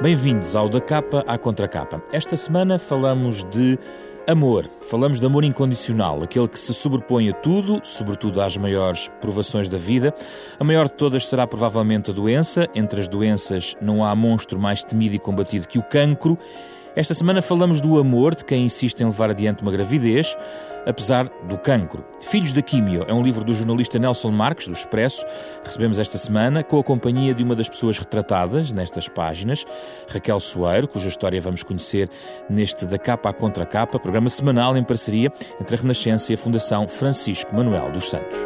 Bem-vindos ao Da Capa à Contracapa. Esta semana falamos de amor. Falamos de amor incondicional, aquele que se sobrepõe a tudo, sobretudo às maiores provações da vida. A maior de todas será provavelmente a doença. Entre as doenças não há monstro mais temido e combatido que o cancro. Esta semana falamos do amor de quem insiste em levar adiante uma gravidez, apesar do cancro. Filhos da Químio é um livro do jornalista Nelson Marques, do Expresso. Recebemos esta semana com a companhia de uma das pessoas retratadas nestas páginas, Raquel Soeiro, cuja história vamos conhecer neste Da Capa à Contracapa, programa semanal em parceria entre a Renascença e a Fundação Francisco Manuel dos Santos.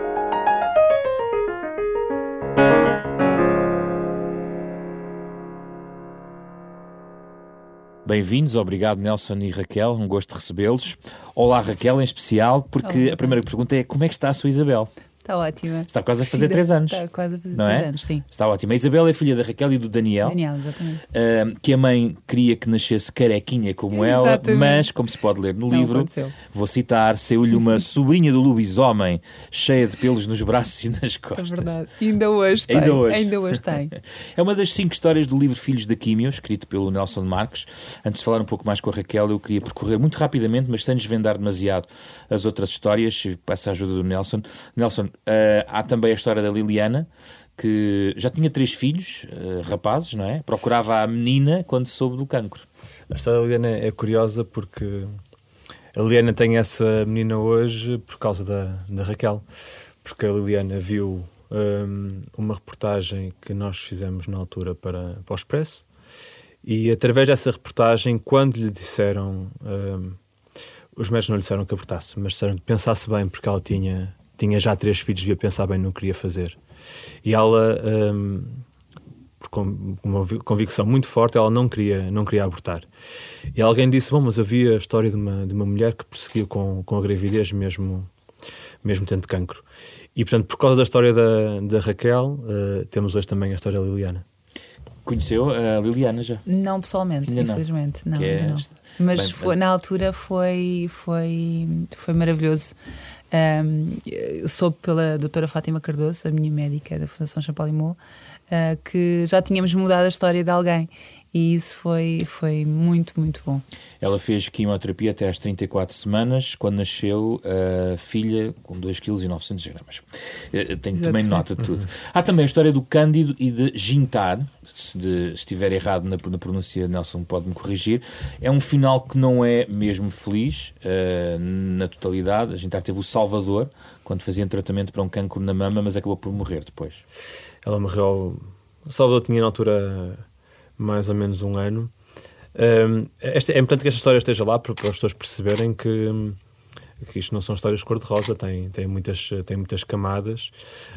Bem-vindos, obrigado Nelson e Raquel, um gosto de recebê-los. Olá Raquel, em especial, porque Olá. A primeira pergunta é como é que está a sua Isabel? Está ótima. Está quase a fazer 3 anos. Está quase a fazer não 3 é? anos, sim. Está ótima. A Isabel é filha da Raquel e do Daniel. Daniel, exatamente. Que a mãe queria que nascesse carequinha como ela, Exatamente. mas, como se pode ler no Não livro, aconteceu. vou citar, saiu-lhe uma sobrinha do lobisomem, cheia de pelos nos braços e nas É costas. verdade. Ainda hoje tem. Ainda hoje. Tem. É uma das 5 histórias do livro Filhos da Químio, escrito pelo Nelson Marques. Antes de falar um pouco mais com a Raquel, eu queria percorrer muito rapidamente, mas sem desvendar demasiado as outras histórias, e peço a ajuda do Nelson. Nelson, há também a história da Liliana, que já tinha 3 filhos, rapazes, não é? Procurava a menina quando soube do cancro. A história da Liliana é curiosa porque a Liliana tem essa menina hoje por causa da Raquel. Porque a Liliana viu uma reportagem que nós fizemos na altura para o Expresso, e através dessa reportagem, quando lhe disseram, os médicos não lhe disseram que abortasse, mas disseram que pensasse bem, porque ela tinha já 3 filhos, devia pensar bem no que queria fazer. E ela, com uma convicção muito forte, ela não queria abortar. E alguém disse, bom, mas havia a história de uma mulher que prosseguiu com a gravidez mesmo tendo cancro. E, portanto, por causa da história da Raquel, temos hoje também a história da Liliana. Conheceu a Liliana já? Não pessoalmente, Ainda não. infelizmente. Não, Que é ainda não. esta- Mas, Bem, na altura foi maravilhoso. Eu soube pela doutora Fátima Cardoso, a minha médica da Fundação Champalimau, que já tínhamos mudado a história de alguém. E isso foi muito, muito bom. Ela fez quimioterapia até às 34 semanas, quando nasceu a filha com 2,9 kg. Tenho também nota de tudo. Há também a história do Cândido e de Gintar. Se estiver errado na pronúncia, Nelson pode-me corrigir. É um final que não é mesmo feliz, na totalidade. A Gintar teve o Salvador, quando fazia tratamento para um cancro na mama, mas acabou por morrer depois. Ela morreu... O Salvador tinha na altura mais ou menos 1 ano. É importante que esta história esteja lá para as pessoas perceberem que isto não são histórias cor-de-rosa, tem muitas camadas.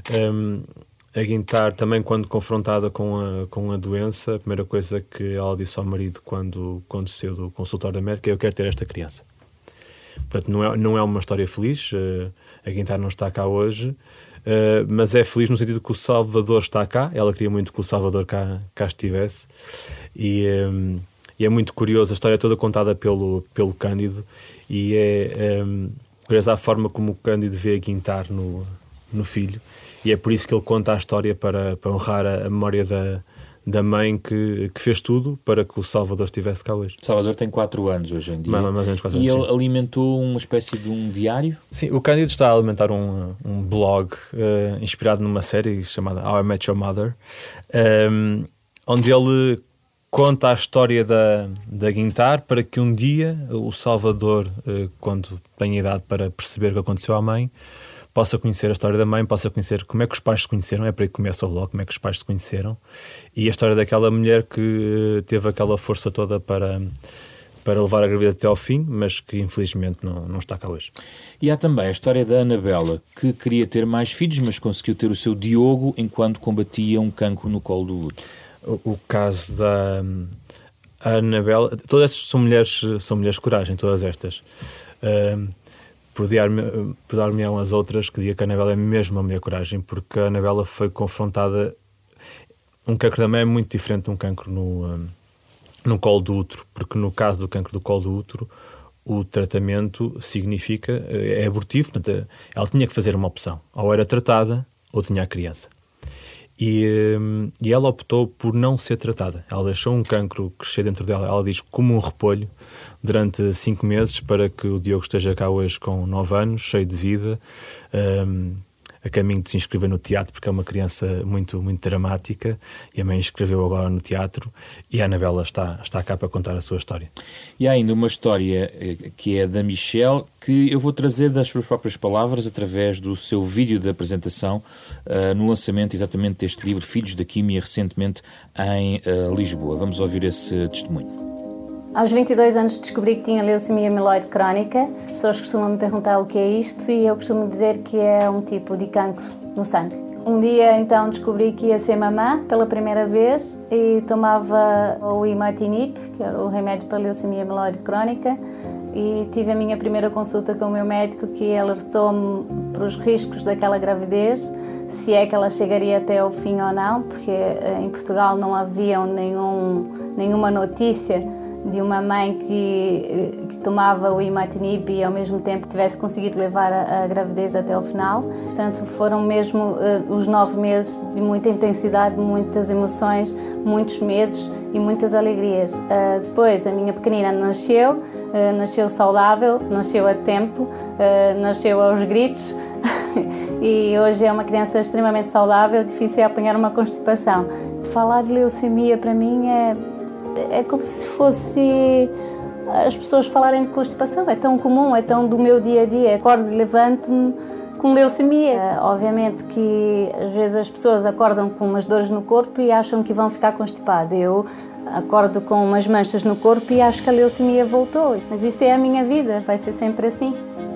A Guintar também, quando confrontada com a doença, a primeira coisa que ela disse ao marido quando saiu do consultório da médica é: eu quero ter esta criança. Portanto, não é uma história feliz. A Guintar não está cá hoje, mas é feliz no sentido que o Salvador está cá. Ela queria muito que o Salvador cá estivesse, e é muito curioso a história toda contada pelo Cândido, e é curiosa a forma como o Cândido vê a Guintar no filho, e é por isso que ele conta a história para honrar a memória da mãe que fez tudo para que o Salvador estivesse cá hoje. O Salvador tem 4 anos hoje em dia. Mais ou menos 4 e anos, ele alimentou uma espécie de um diário? Sim, o Cândido está a alimentar um blog inspirado numa série chamada How I Met Your Mother, onde ele conta a história da Guintar para que um dia o Salvador, quando tenha idade para perceber o que aconteceu à mãe, possa conhecer a história da mãe, possa conhecer como é que os pais se conheceram. É para aí que começa o blog, como é que os pais se conheceram, e a história daquela mulher que teve aquela força toda para levar a gravidez até ao fim, mas que infelizmente não está cá hoje. E há também a história da Anabela, que queria ter mais filhos, mas conseguiu ter o seu Diogo enquanto combatia um cancro no colo do útero. O caso da Anabela, todas estas são mulheres de coragem, todas estas. Por dar-me as outras, que diga que a Anabela é mesmo uma mulher de coragem, porque a Anabela foi confrontada. Um cancro da mãe é muito diferente de um cancro no colo do útero, porque no caso do cancro do colo do útero, o tratamento é abortivo. Portanto, ela tinha que fazer uma opção: ou era tratada ou tinha a criança. E ela optou por não ser tratada. Ela deixou um cancro crescer dentro dela, ela diz, como um repolho, durante 5 meses, para que o Diogo esteja cá hoje com 9 anos, cheio de vida, a caminho de se inscrever no teatro, porque é uma criança muito, muito dramática, e a mãe inscreveu agora no teatro, e a Anabela está cá para contar a sua história. E há ainda uma história que é da Michelle, que eu vou trazer das suas próprias palavras, através do seu vídeo de apresentação, no lançamento exatamente deste livro, Filhos da Químia, recentemente em Lisboa. Vamos ouvir esse testemunho. Aos 22 anos descobri que tinha leucemia mieloide crónica. As pessoas costumam me perguntar o que é isto e eu costumo dizer que é um tipo de cancro no sangue. Um dia então descobri que ia ser mamã pela primeira vez e tomava o imatinib, que era o remédio para a leucemia mieloide crónica, e tive a minha primeira consulta com o meu médico, que alertou-me para os riscos daquela gravidez, se é que ela chegaria até ao fim ou não, porque em Portugal não havia nenhuma notícia de uma mãe que tomava o imatinib e ao mesmo tempo tivesse conseguido levar a gravidez até ao final. Portanto, foram mesmo os 9 meses de muita intensidade, muitas emoções, muitos medos e muitas alegrias. Depois a minha pequenina nasceu saudável, nasceu a tempo, nasceu aos gritos e hoje é uma criança extremamente saudável, difícil é apanhar uma constipação. Falar de leucemia para mim é como se fosse as pessoas falarem de constipação. É tão comum, é tão do meu dia a dia. Acordo e levanto-me com leucemia. Obviamente que às vezes as pessoas acordam com umas dores no corpo e acham que vão ficar constipadas. Eu acordo com umas manchas no corpo e acho que a leucemia voltou. Mas isso é a minha vida, vai ser sempre assim.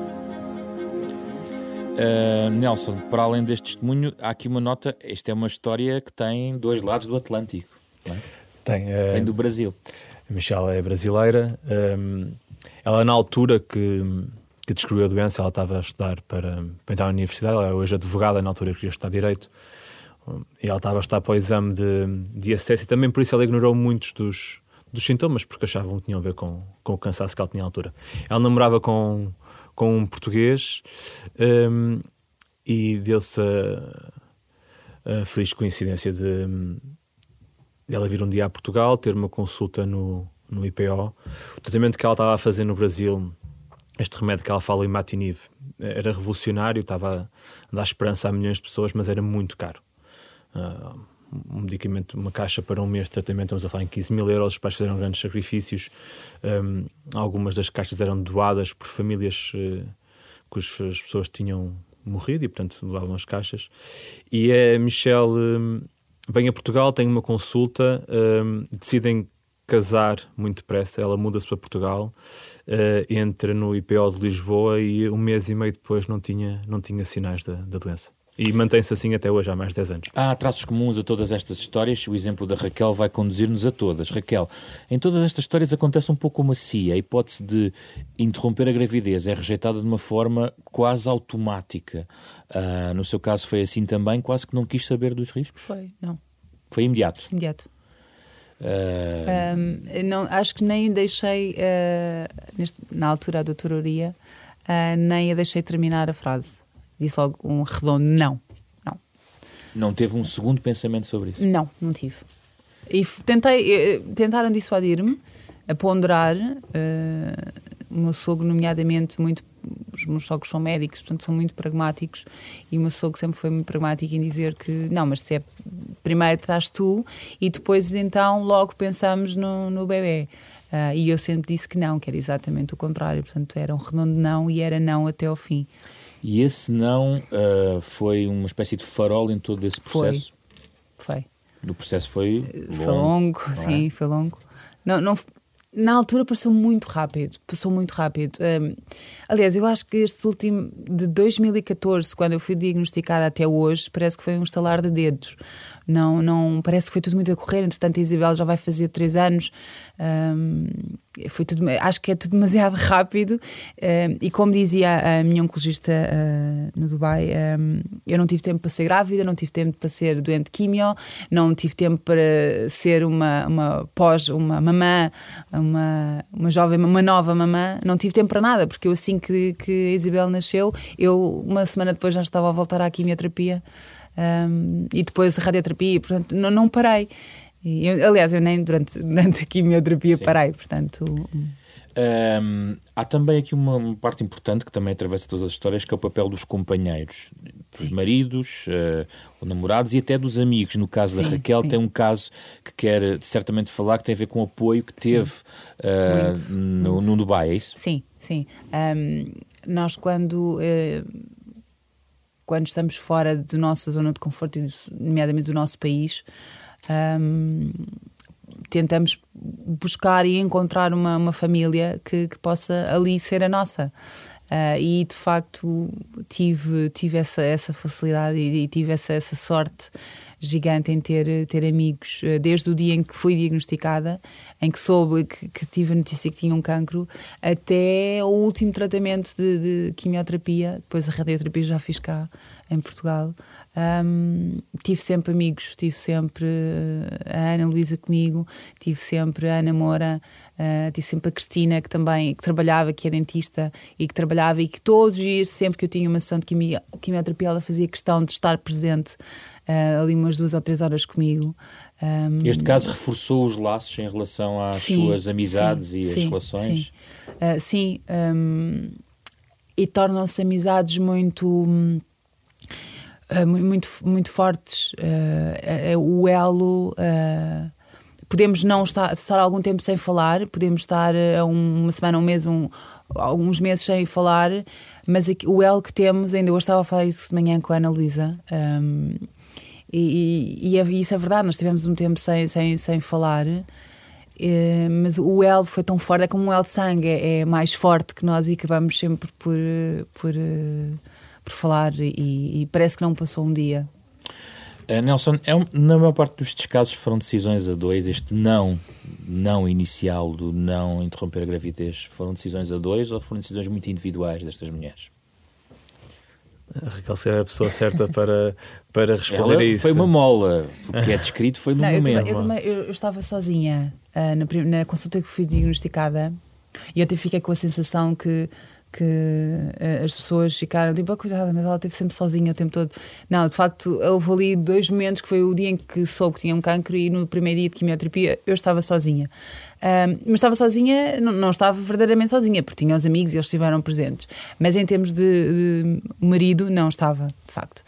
Nelson, para além deste testemunho, há aqui uma nota. Esta é uma história que tem 2 lados do Atlântico, não é? Vem do Brasil. A Michelle é brasileira. Ela, na altura que descobriu a doença, ela estava a estudar para entrar na universidade. Ela é hoje advogada, na altura queria estudar Direito. E ela estava a estudar para o exame de acesso, e também por isso ela ignorou muitos dos sintomas, porque achavam que tinham a ver com o cansaço que ela tinha na altura. Ela namorava com um português e deu-se a feliz coincidência de ela vir um dia a Portugal, ter uma consulta no IPO. O tratamento que ela estava a fazer no Brasil, este remédio que ela fala, o imatinib, era revolucionário, estava a dar esperança a milhões de pessoas, mas era muito caro. Um medicamento, uma caixa para um mês de tratamento, estamos a falar em 15 mil euros. Os pais fizeram grandes sacrifícios. Algumas das caixas eram doadas por famílias cujas pessoas tinham morrido e, portanto, doavam as caixas. E a Michelle vem a Portugal, tem uma consulta, decidem casar muito depressa. Ela muda-se para Portugal, entra no IPO de Lisboa e 1 mês e meio depois não tinha sinais da doença. E mantém-se assim até hoje, há mais de 10 anos. Há traços comuns a todas estas histórias. O exemplo da Raquel vai conduzir-nos a todas. Raquel, em todas estas histórias acontece um pouco como assim. A hipótese de interromper a gravidez é rejeitada de uma forma quase automática. No seu caso foi assim também, quase que não quis saber dos riscos? Não. Foi imediato? Imediato. Não, acho que nem deixei, na altura a doutora Uria, nem a deixei terminar a frase. Disse logo um redondo não. Não teve um segundo pensamento sobre isso? Não tive. E tentaram dissuadir-me, a ponderar. O meu sogro, nomeadamente, os meus sogros são médicos, portanto são muito pragmáticos, e o meu sogro sempre foi muito pragmático em dizer que não, mas se é primeiro estás tu e depois então logo pensamos no bebê. E eu sempre disse que não, que era exatamente o contrário. Portanto era um redondo não e era não até ao fim. E esse não foi uma espécie de farol em todo esse processo? Foi. O processo foi longo? Foi longo, sim, foi longo. Não, na altura passou muito rápido. Aliás, eu acho que este último, de 2014, quando eu fui diagnosticada até hoje, parece que foi um estalar de dedos. Não, parece que foi tudo muito a correr. Entretanto, a Isabel já vai fazer 3 anos. Foi tudo, acho que é tudo demasiado rápido. E como dizia a minha oncologista no Dubai, eu não tive tempo para ser grávida, não tive tempo para ser doente de quimio, não tive tempo para ser uma mamã, uma jovem, uma nova mamã. Não tive tempo para nada, porque eu, assim que a Isabel nasceu, uma semana depois já estava a voltar à quimioterapia. e depois a radioterapia, portanto não parei. Aliás, eu nem durante a quimioterapia parei, portanto... Há também aqui uma parte importante que também atravessa todas as histórias, que é o papel dos companheiros, dos maridos, ou namorados e até dos amigos. No caso da Raquel, tem um caso que quer certamente falar, que tem a ver com o apoio que teve no Dubai, é isso? Sim. Nós quando estamos fora da nossa zona de conforto, nomeadamente do nosso país, tentamos buscar e encontrar uma família que possa ali ser a nossa. E de facto tive essa facilidade e tive essa sorte gigante em ter amigos, desde o dia em que fui diagnosticada, em que soube que tive a notícia que tinha um cancro, até o último tratamento de quimioterapia. Depois a radioterapia já fiz cá em Portugal. Tive sempre amigos, tive sempre a Ana Luísa comigo, tive sempre a Ana Moura, tive sempre a Cristina, que trabalhava, que é dentista, e que trabalhava, e que todos os dias, sempre que eu tinha uma sessão de quimioterapia, ela fazia questão de estar presente ali umas 2 ou 3 horas comigo. Este caso reforçou os laços em relação às suas amizades e as relações? Sim, e tornam-se amizades muito fortes. O elo, podemos não estar algum tempo sem falar, podemos estar uma semana, um mês, alguns meses sem falar, mas o elo que temos, ainda hoje estava a falar isso de manhã com a Ana Luísa, e isso é verdade, nós tivemos um tempo sem falar, mas o elo foi tão forte, é como um elo de sangue, é mais forte que nós, e acabamos sempre por falar, e parece que não passou um dia. Nelson, na maior parte dos casos foram decisões a dois. Este não inicial do não interromper a gravidez, foram decisões a dois ou foram decisões muito individuais destas mulheres? A Raquel seria a pessoa certa para responder Ela a isso. Foi uma mola, o que é descrito foi no momento. Eu estava sozinha na consulta que fui diagnosticada, e eu até fiquei com a sensação que as pessoas ficaram tipo, cuidado, mas ela esteve sempre sozinha o tempo todo. Não, de facto, houve ali 2 momentos, que foi o dia em que soube que tinha um cancro, e no primeiro dia de quimioterapia eu estava sozinha. Mas estava sozinha, não estava verdadeiramente sozinha, porque tinha os amigos e eles estiveram presentes. Mas em termos de marido, não estava, de facto.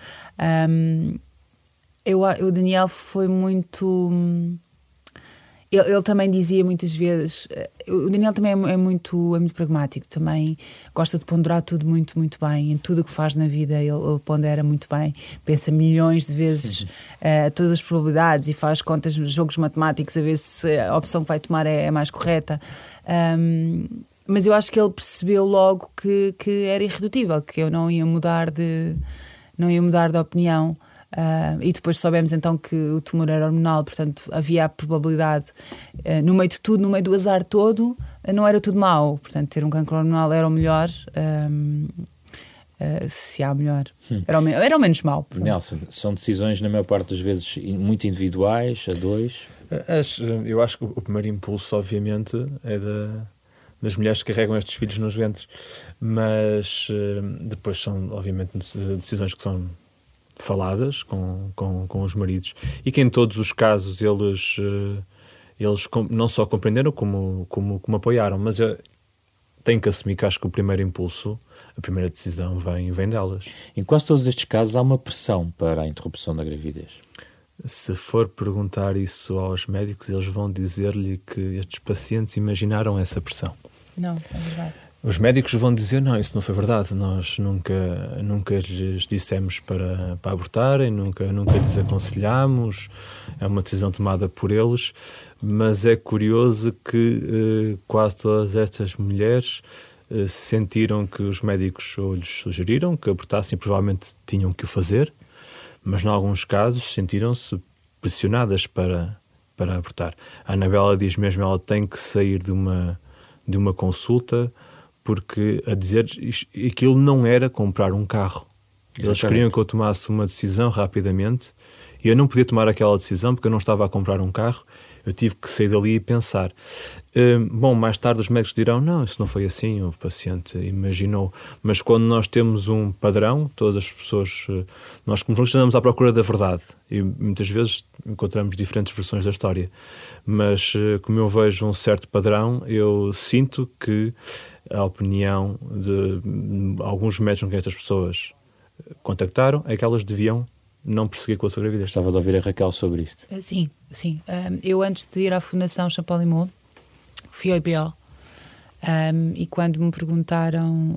O Daniel foi muito... Ele também dizia muitas vezes, o Daniel também é muito pragmático, também gosta de ponderar tudo muito, muito bem, em tudo o que faz na vida ele pondera muito bem, pensa milhões de vezes todas as probabilidades, e faz contas, jogos matemáticos, a ver se a opção que vai tomar é mais correta. Mas eu acho que ele percebeu logo que era irredutível, que eu não ia mudar de opinião. E depois soubemos então que o tumor era hormonal, portanto havia a probabilidade, no meio de tudo, no meio do azar todo, não era tudo mau, portanto ter um cancro hormonal era o melhor, se há melhor, era o menos mau. Nelson, são decisões na maior parte das vezes muito individuais, a dois? Eu acho que o primeiro impulso, obviamente, é das mulheres que carregam estes filhos nos ventres, mas depois são obviamente decisões que são faladas com os maridos, e que em todos os casos eles não só compreenderam como apoiaram, mas tenho que assumir que acho que o primeiro impulso, a primeira decisão vem delas. Em quase todos estes casos há uma pressão para a interrupção da gravidez. Se for perguntar isso aos médicos, eles vão dizer-lhe que estes pacientes imaginaram essa pressão. Não, é verdade. Os médicos vão dizer, não, isso não foi verdade, nós nunca lhes dissemos para abortarem, nunca lhes aconselhámos, é uma decisão tomada por eles, mas é curioso que quase todas estas mulheres sentiram que os médicos ou lhes sugeriram que abortassem, provavelmente tinham que o fazer, mas em alguns casos sentiram-se pressionadas para abortar. A Anabela diz mesmo, ela tem que sair de uma consulta, porque a dizer aquilo não era comprar um carro, Eles queriam que eu tomasse uma decisão rapidamente e eu não podia tomar aquela decisão porque eu não estava a comprar um carro. Eu tive que sair dali e pensar. Bom, mais tarde os médicos dirão, não, isso não foi assim, o paciente imaginou. Mas quando nós temos um padrão, todas as pessoas, nós como jornalistas andamos à procura da verdade e muitas vezes encontramos diferentes versões da história. Mas como eu vejo um certo padrão, eu sinto que a opinião de alguns médicos com quem estas pessoas contactaram é que elas deviam não prosseguir com a sua gravidez. Estava de ouvir a Raquel sobre isto. Sim. Eu antes de ir à Fundação Champalimau fui ao IPO e quando me perguntaram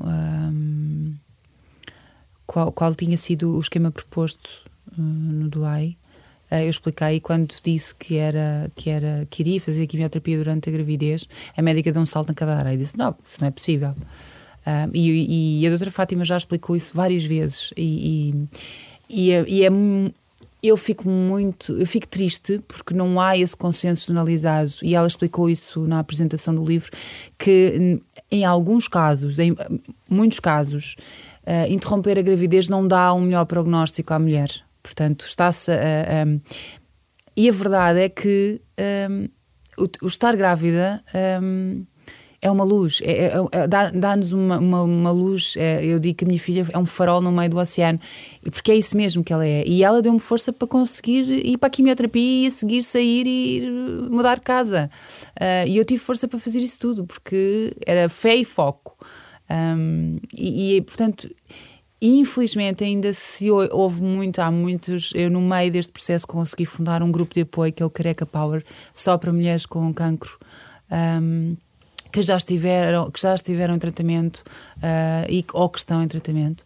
qual tinha sido o esquema proposto no DUAI, eu expliquei, e quando disse que iria fazer quimioterapia durante a gravidez, a médica deu um salto na cadeira e disse, não, isso não é possível. E a doutora Fátima já explicou isso várias vezes eu fico triste porque não há esse consenso generalizado, e ela explicou isso na apresentação do livro, que em muitos casos, interromper a gravidez não dá um melhor prognóstico à mulher. Portanto, e a verdade é que o estar grávida é uma luz, dá-nos uma luz. Eu digo que a minha filha é um farol no meio do oceano, porque é isso mesmo que ela é. E ela deu-me força para conseguir ir para a quimioterapia e a seguir sair e mudar de casa. E eu tive força para fazer isso tudo, porque era fé e foco. Portanto, infelizmente ainda se houve há muitos. Eu, no meio deste processo, consegui fundar um grupo de apoio que é o Careca Power, só para mulheres com cancro. Que já estiveram em tratamento ou que estão em tratamento,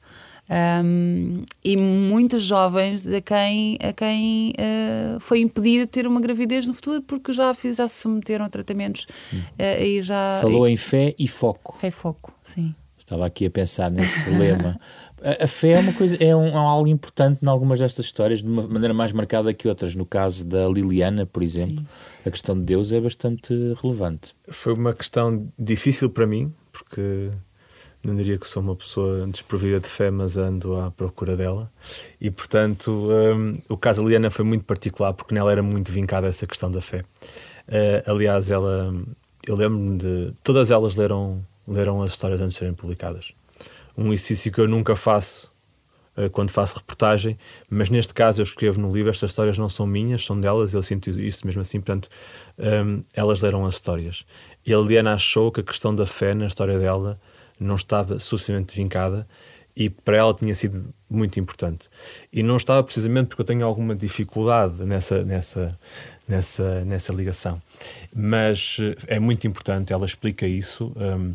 e muitas jovens a quem foi impedido de ter uma gravidez no futuro porque já se submeteram a tratamentos. Falou em fé e foco. Fé e foco, sim. Estava aqui a pensar nesse lema. A fé é uma coisa, algo importante em algumas destas histórias, de uma maneira mais marcada que outras. No caso da Liliana, por exemplo, sim, a questão de Deus é bastante relevante. Foi uma questão difícil para mim, porque não diria que sou uma pessoa desprovida de fé, mas ando à procura dela. E, portanto, o caso da Liliana foi muito particular, porque nela era muito vincada essa questão da fé. Aliás, eu lembro-me de... Todas elas leram as histórias antes de serem publicadas. Um exercício que eu nunca faço quando faço reportagem, mas neste caso eu escrevo no livro, estas histórias não são minhas, são delas, eu sinto isso mesmo assim, portanto, elas leram as histórias. E a Liliana achou que a questão da fé na história dela não estava suficientemente vincada e para ela tinha sido muito importante. E não estava precisamente porque eu tenho alguma dificuldade nessa ligação. Mas é muito importante, ela explica isso,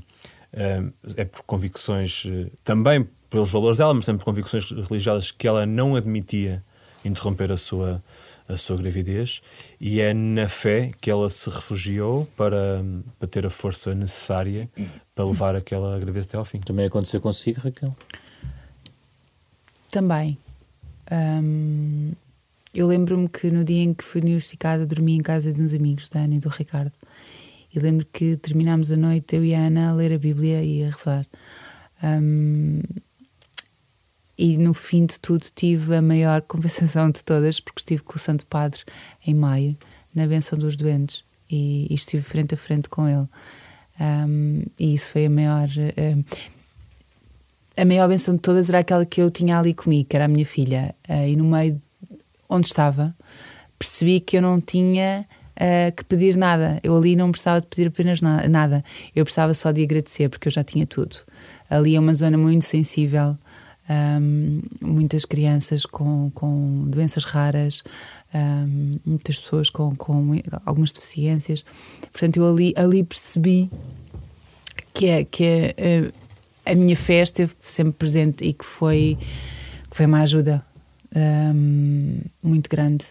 é por convicções, também pelos valores dela, mas também por convicções religiosas, que ela não admitia interromper a sua gravidez, e é na fé que ela se refugiou para ter a força necessária para levar aquela gravidez até ao fim. Também aconteceu consigo, Raquel? Também. Eu lembro-me que no dia em que fui diagnosticada dormi em casa de uns amigos, da Ana e do Ricardo, e lembro que terminámos a noite, eu e a Ana, a ler a Bíblia e a rezar. E no fim de tudo tive a maior compensação de todas, porque estive com o Santo Padre em maio, na Bênção dos Doentes, e estive frente a frente com ele. E isso foi a maior bênção de todas, era aquela que eu tinha ali comigo, que era a minha filha. E no meio onde estava, percebi que eu não tinha que pedir nada. Eu ali não precisava de pedir apenas nada. Eu precisava só de agradecer, porque eu já tinha tudo. Ali é uma zona muito sensível. Muitas crianças com doenças raras, muitas pessoas com algumas deficiências. Portanto, eu ali percebi que a minha fé esteve sempre presente e que foi uma ajuda muito grande.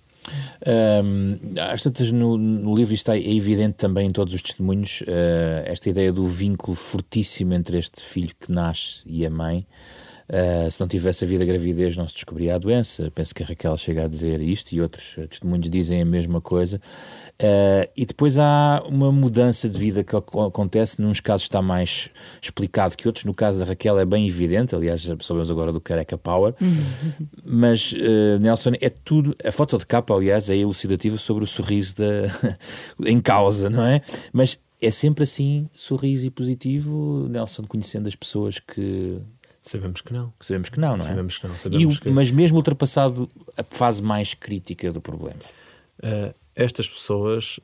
Às tantas, no livro isto é evidente também em todos os testemunhos, esta ideia do vínculo fortíssimo entre este filho que nasce e a mãe. Se não tivesse havido a gravidez, não se descobria a doença. Penso que a Raquel chega a dizer isto e outros testemunhos dizem a mesma coisa. E depois há uma mudança de vida que acontece. Nos casos está mais explicado que outros. No caso da Raquel é bem evidente. Aliás, já sabemos agora do Careca Power. Mas, Nelson, é tudo... A foto de capa, aliás, é elucidativa sobre o sorriso em causa, não é? Mas é sempre assim, sorriso e positivo, Nelson, conhecendo as pessoas que... Sabemos que não. Sabemos que não, não é? Sabemos que não. Mas mesmo ultrapassado a fase mais crítica do problema. Estas pessoas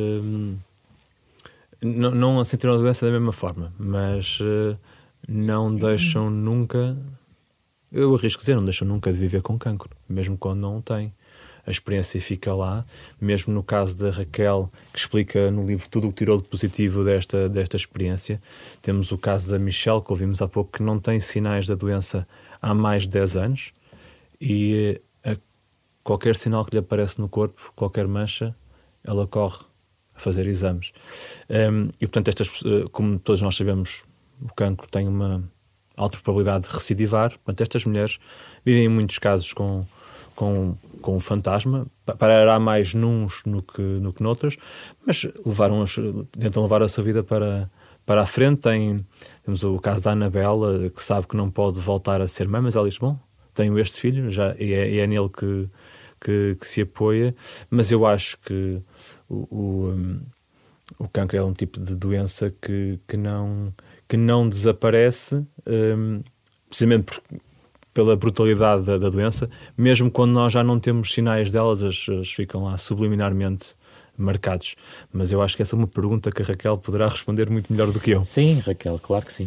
não sentiram a doença da mesma forma, mas não deixam nunca... Eu arrisco dizer, não deixam nunca de viver com cancro, mesmo quando não o têm. A experiência fica lá, mesmo no caso da Raquel, que explica no livro tudo o que tirou de positivo desta experiência. Temos o caso da Michelle, que ouvimos há pouco, que não tem sinais da doença há mais de 10 anos e qualquer sinal que lhe aparece no corpo, qualquer mancha, ela corre a fazer exames. E portanto, como todos nós sabemos, o cancro tem uma alta probabilidade de recidivar. Portanto, estas mulheres vivem em muitos casos com um fantasma, parará mais nuns no que noutras, mas tentam levar a sua vida para a frente. Temos o caso da Anabela, que sabe que não pode voltar a ser mãe, mas ela diz, bom, tenho este filho, e é nele que se apoia. Mas eu acho que o cancro é um tipo de doença que não desaparece, precisamente pela brutalidade da doença, mesmo quando nós já não temos sinais delas, eles ficam lá subliminarmente marcados. Mas eu acho que essa é uma pergunta que a Raquel poderá responder muito melhor do que eu. Sim, Raquel, claro que sim.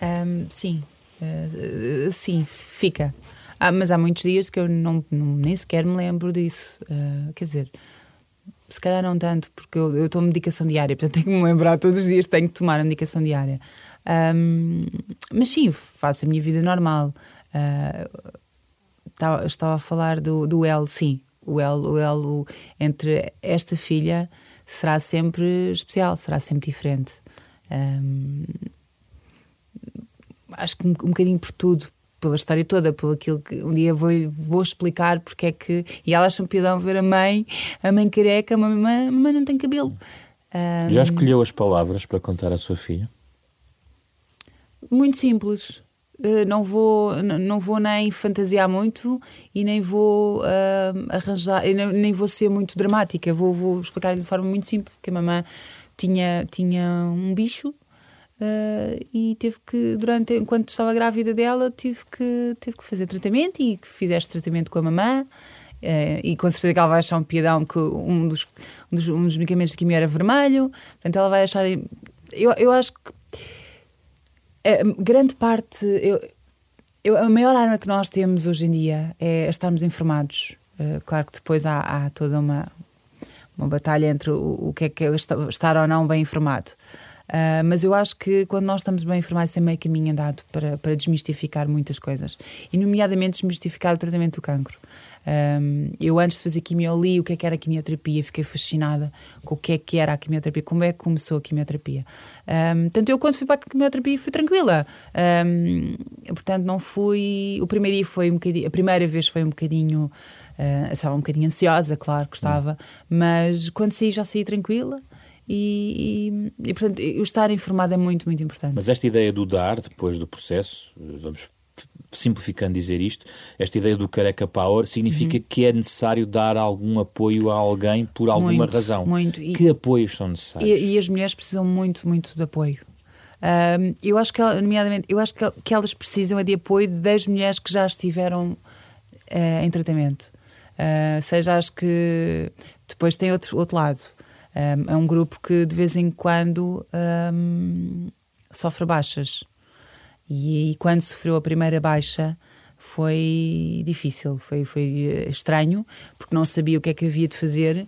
Sim, fica. Mas há muitos dias que eu nem sequer me lembro disso. Quer dizer, se calhar não tanto, porque eu tomo medicação diária, portanto tenho que me lembrar todos os dias, tenho que tomar a medicação diária. Mas sim, faço a minha vida normal. Estava a falar do elo, sim. O elo entre esta filha será sempre especial, será sempre diferente. Acho que um bocadinho por tudo, pela história toda, por aquilo que um dia vou explicar porque é que... E ela acha um piadão ver a mãe careca, a mamãe não tem cabelo. Já escolheu as palavras para contar à sua filha? Muito simples. Não vou nem fantasiar muito e nem vou arranjar, nem vou ser muito dramática. Vou explicar de forma muito simples, porque a mamãe tinha um bicho e teve que, enquanto estava grávida dela, teve que fazer tratamento, e que fizeste tratamento com a mamãe. E com certeza que ela vai achar um piadão que um dos medicamentos de quimio era vermelho. Portanto, ela vai achar... Eu acho que grande parte, a maior arma que nós temos hoje em dia é estarmos informados. Claro que depois há toda uma batalha entre o que é estar ou não bem informado. Mas eu acho que quando nós estamos bem informados é meio caminho andado para desmistificar muitas coisas. E nomeadamente desmistificar o tratamento do cancro. Eu antes de fazer quimio li o que é que era a quimioterapia, fiquei fascinada com o que é que era a quimioterapia, como é que começou a quimioterapia. Portanto, eu quando fui para a quimioterapia fui tranquila. Portanto, não fui... O primeiro dia foi um bocadinho... A primeira vez foi um bocadinho... estava um bocadinho ansiosa, claro que estava, mas quando saí já saí tranquila. E portanto, o estar informado é muito, muito importante. Mas esta ideia do dar, depois do processo, vamos simplificando dizer isto, esta ideia do Careca Power significa que é necessário dar algum apoio a alguém por alguma razão. Muito. Que apoios são necessários? E as mulheres precisam muito, muito de apoio. Eu acho que, nomeadamente, que elas precisam de apoio das mulheres que já estiveram em tratamento. Acho que depois tem outro lado. É um grupo que de vez em quando sofre baixas. E quando sofreu a primeira baixa foi difícil, foi estranho, porque não sabia o que é que havia de fazer.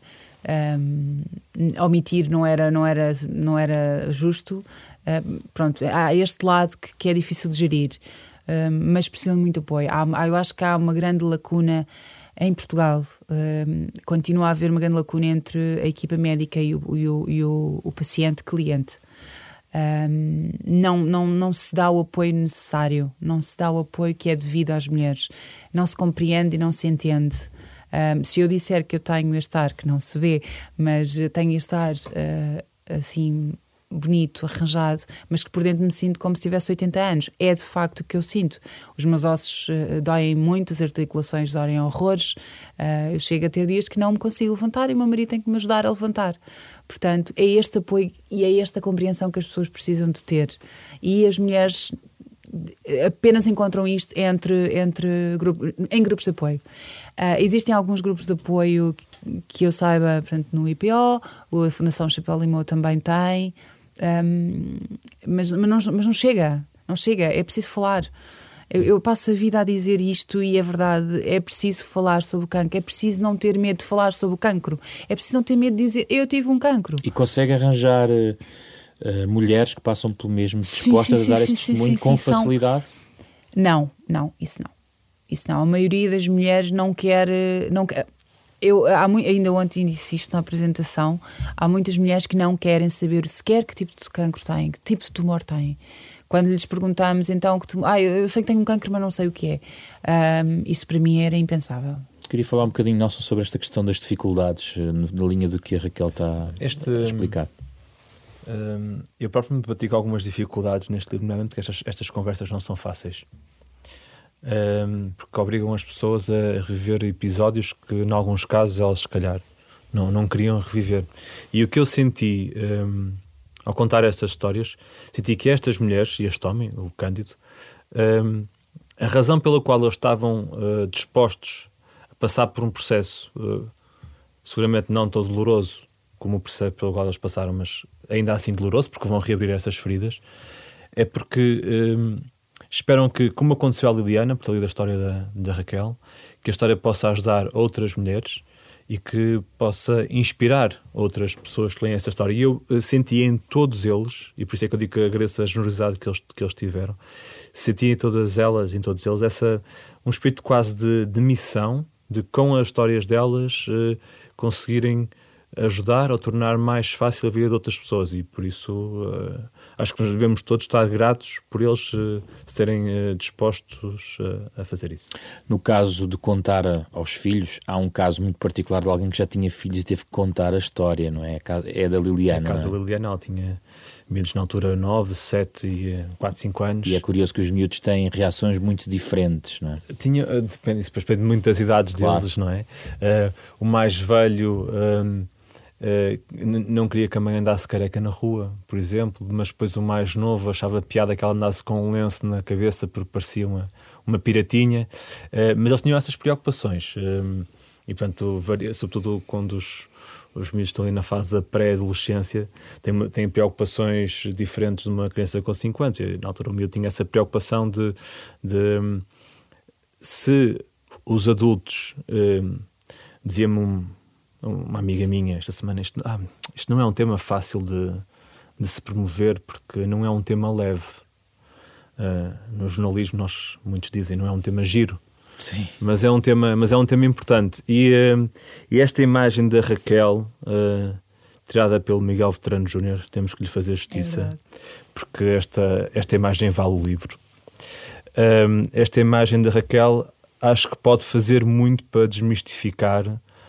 Omitir não era justo. Pronto, há este lado que é difícil de gerir, mas precisam de muito apoio. Eu acho que há uma grande lacuna em Portugal. Continua a haver uma grande lacuna entre a equipa médica e o paciente-cliente. Não se dá o apoio necessário, não se dá o apoio que é devido às mulheres, não se compreende e não se entende. Se eu disser que eu tenho este ar, que não se vê, mas tenho este ar assim bonito, arranjado, mas que por dentro me sinto como se tivesse 80 anos, é de facto o que eu sinto. Os meus ossos doem muito, as articulações doem horrores, eu chego a ter dias que não me consigo levantar e o meu marido tem que me ajudar a levantar. Portanto, é este apoio e é esta compreensão que as pessoas precisam de ter. E as mulheres apenas encontram isto em grupos de apoio. Existem alguns grupos de apoio que eu saiba, portanto, no IPO, a Fundação Champalimau também tem, mas não chega, é preciso falar. Eu passo a vida a dizer isto e é verdade, é preciso falar sobre o cancro, é preciso não ter medo de falar sobre o cancro, é preciso não ter medo de dizer eu tive um cancro. E consegue arranjar mulheres que passam pelo mesmo dispostas a dar este testemunho com facilidade? Não, isso não. A maioria das mulheres não quer. Ainda ontem disse isto na apresentação. Há muitas mulheres que não querem saber sequer que tipo de cancro têm, que tipo de tumor têm. Quando lhes perguntamos então eu sei que tenho um cancro, mas não sei o que é. Isso para mim era impensável. Queria falar um bocadinho, Nelson, sobre esta questão das dificuldades, na linha do que a Raquel está a explicar. Eu próprio me bati com algumas dificuldades neste livro, porque estas conversas não são fáceis. Porque obrigam as pessoas a reviver episódios que, em alguns casos, elas se calhar não queriam reviver. E o que eu senti ao contar estas histórias, senti que estas mulheres, e este homem, o Cândido, a razão pela qual eles estavam dispostos a passar por um processo seguramente não tão doloroso como o processo pelo qual eles passaram, mas ainda assim doloroso, porque vão reabrir essas feridas, é porque esperam que, como aconteceu à Liliana, por ali da história da Raquel, que a história possa ajudar outras mulheres e que possa inspirar outras pessoas que leem essa história. E eu senti em todos eles, e por isso é que eu digo que agradeço a generosidade que eles tiveram, senti em todos eles um espírito quase de missão, de com as histórias delas conseguirem ajudar ou tornar mais fácil a vida de outras pessoas. E por isso acho que nós devemos todos estar gratos por eles serem dispostos a fazer isso. No caso de contar aos filhos, há um caso muito particular de alguém que já tinha filhos e teve que contar a história, não é? É da Liliana. É o caso da Liliana, ela tinha miúdos na altura 9, 7 e 4, 5 anos. E é curioso que os miúdos têm reações muito diferentes, não é? Depende muito das idades deles, não é? O mais velho não queria que a mãe andasse careca na rua, por exemplo, mas depois o mais novo achava piada que ela andasse com um lenço na cabeça porque parecia uma piratinha, mas eles tinham essas preocupações e portanto, sobretudo quando os miúdos estão ali na fase da pré-adolescência, têm preocupações diferentes de uma criança com 5 anos. E, na altura o miúdo tinha essa preocupação de se os adultos dizia-me uma amiga minha esta semana, isto não é um tema fácil de se promover porque não é um tema leve. No jornalismo muitos dizem não é um tema giro. Sim. Mas é um tema importante. E esta imagem da Raquel, tirada pelo Miguel Veterano Júnior, temos que lhe fazer justiça, porque esta imagem vale o livro. Esta imagem da Raquel acho que pode fazer muito para desmistificar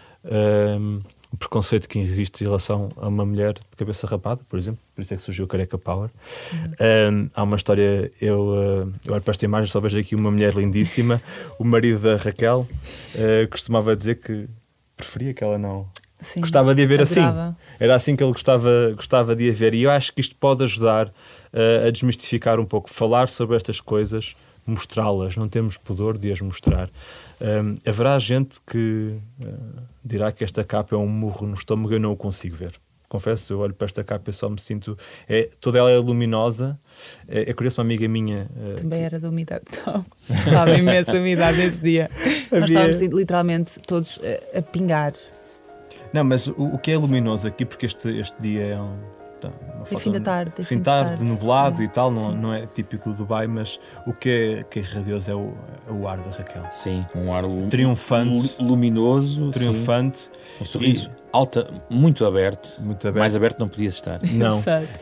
o preconceito que existe em relação a uma mulher de cabeça rapada, por exemplo. Por isso é que surgiu o Careca Power. Há uma história, eu olho para esta imagem, só vejo aqui uma mulher lindíssima. O marido da Raquel costumava dizer que preferia que ela não... Sim, gostava de a ver assim. Era assim que ele gostava de a ver. E eu acho que isto pode ajudar a desmistificar um pouco, falar sobre estas coisas, mostrá-las. Não temos pudor de as mostrar. Haverá gente que dirá que esta capa é um murro no estômago. Eu não o consigo ver. Confesso, eu olho para esta capa e só me sinto... toda ela é luminosa. É curioso, uma amiga minha... Também era da umidade. Estava imensa umidade nesse dia. Nós estávamos literalmente todos a pingar. Não, mas o que é luminoso aqui, porque este dia fim da tarde. Fim de tarde, nublado e tal, não é típico do Dubai, mas o que é radioso é o ar da Raquel. Sim, um ar triunfante, luminoso, triunfante, um sorriso muito aberto, mais aberto não podia estar. Não.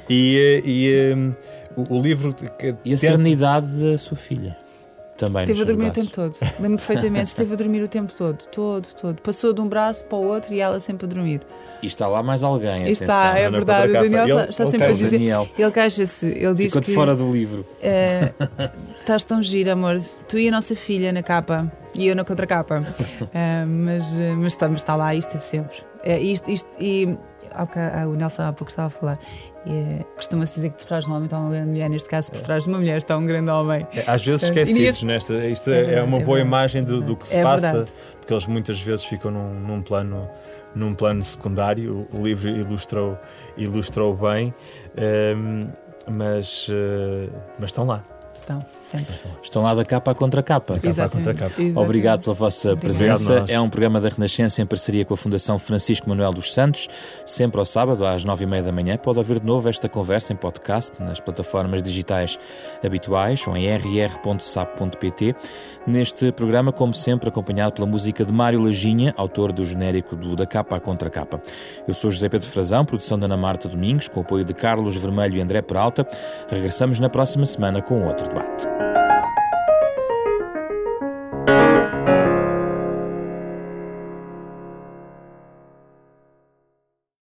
O livro e a serenidade da sua filha. Também esteve a dormir o tempo todo. Lembro perfeitamente, esteve a dormir o tempo todo. Passou de um braço para o outro e ela sempre a dormir. E está lá mais alguém, está, é verdade. O Daniel está sempre a dizer. Ele queixa-se, ele diz ficou de fora do livro. Estás tão gira, amor. Tu e a nossa filha na capa e eu na contracapa. Mas está lá e esteve sempre. O Nelson há pouco estava a falar. Costuma-se dizer que por trás de um homem está uma grande mulher, neste caso por trás de uma mulher está um grande homem. Às vezes esquecidos nesta. Isto é uma boa imagem do que se passa, verdade. Porque eles muitas vezes ficam num plano secundário. O livro ilustrou bem, mas estão lá. Estão lá da capa à contracapa. Exatamente. Obrigado pela vossa presença. É um programa da Renascença em parceria com a Fundação Francisco Manuel dos Santos, sempre ao sábado às 9h30 da manhã. Pode ouvir de novo esta conversa em podcast nas plataformas digitais habituais ou em rr.sap.pt. Neste programa, como sempre, acompanhado pela música de Mário Lajinha, autor do genérico do Da Capa à Contracapa. Eu sou José Pedro Frazão, produção da Ana Marta Domingos, com o apoio de Carlos Vermelho e André Peralta. Regressamos na próxima semana com outro debate.